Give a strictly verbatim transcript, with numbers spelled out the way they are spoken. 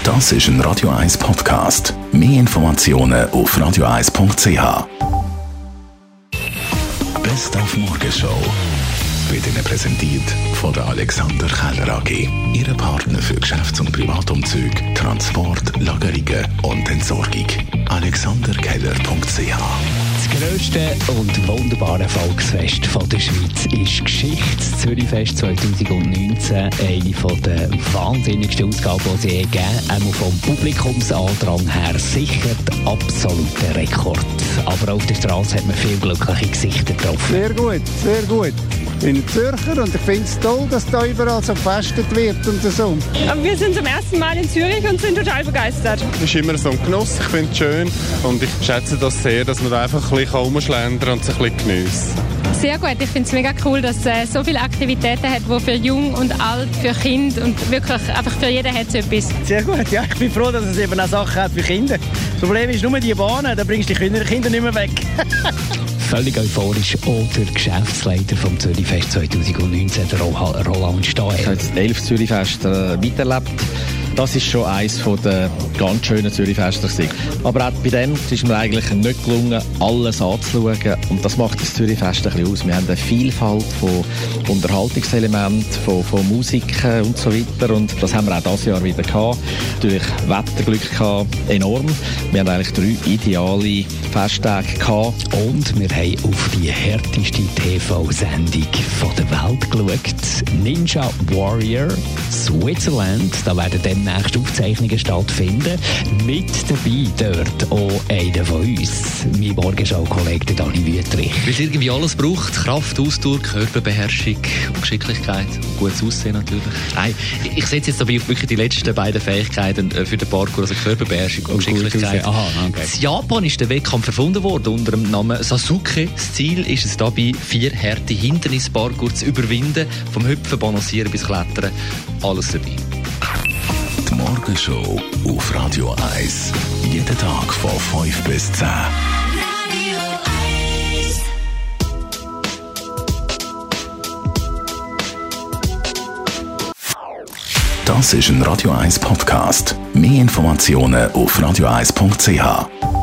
Das ist ein Radio eins Podcast. Mehr Informationen auf radio eins punkt c h. Best auf Morgenshow wird Ihnen präsentiert von der Alexander Keller A G. Ihre Partner für Geschäfts- und Privatumzüge, Transport, Lagerungen und Entsorgung. alexander keller punkt c h. Das grösste und wunderbare Volksfest von der Schweiz ist Geschichte. Das Zürichfest zwanzig neunzehn, eine der wahnsinnigsten Ausgaben, die sie je gegeben haben. Auch vom Publikumsandrang her sicher der absolute Rekord. Aber auf der Straße hat man viele glückliche Gesichter getroffen. Sehr gut, sehr gut. Ich bin Zürcher und ich finde es toll, dass da überall so gefestet wird und so. Wir sind zum ersten Mal in Zürich und sind total begeistert. Es ist immer so ein Genuss, ich finde es schön und ich schätze das sehr, dass man da einfach ein bisschen rumschlendern und sich ein bisschen geniessen. Sehr gut, ich finde es mega cool, dass es äh, so viele Aktivitäten hat, die für Jung und Alt, für Kind und wirklich einfach für jeden hat es etwas. Sehr gut, ja, ich bin froh, dass es eben auch Sachen hat für Kinder. Das Problem ist nur die Bahnen, da bringst du die Kinder, Kinder nicht mehr weg. Völlig euphorisch auch der Geschäftsleiter vom Zürichfest zwanzig neunzehn, der Roland Stahl. Ich habe das elfte Zürichfest äh, miterlebt. Das ist schon eines der ganz schönen Zürichfester. Aber auch bei dem ist mir eigentlich nicht gelungen, alles anzuschauen. Und das macht das Zürichfest ein bisschen aus. Wir haben eine Vielfalt von Unterhaltungselementen, von, von Musiken und so weiter. Und das haben wir auch dieses Jahr wieder gehabt. Natürlich Wetterglück gehabt, enorm. Wir haben eigentlich drei ideale Festtage gehabt. Und wir haben auf die härteste T V-Sendung der Welt geschaut. Ninja Warrior Switzerland. Da werden demnächst Aufzeichnungen stattfinden. Mit dabei dort auch einer von uns, mein Morgenschau-Kollege Dani Wüthrich. Weil es irgendwie alles braucht. Kraft, Ausdauer, Körperbeherrschung und Geschicklichkeit. Gutes Aussehen natürlich. Nein, ich setze jetzt dabei auf wirklich die letzten beiden Fähigkeiten für den Parkour, also Körperbeherrschung und, und Geschicklichkeit. Aha, okay. In Japan ist der Wettkampf erfunden worden unter dem Namen Sasuke. Das Ziel ist es dabei, vier harte Hindernisparkour zu überwinden. Vom Hüpfen, Balancieren bis Klettern. Alles dabei. Die Morgenshow auf Radio eins. Jeden Tag von fünf bis zehn. Das ist ein Radio eins Podcast. Mehr Informationen auf radio eins punkt c h.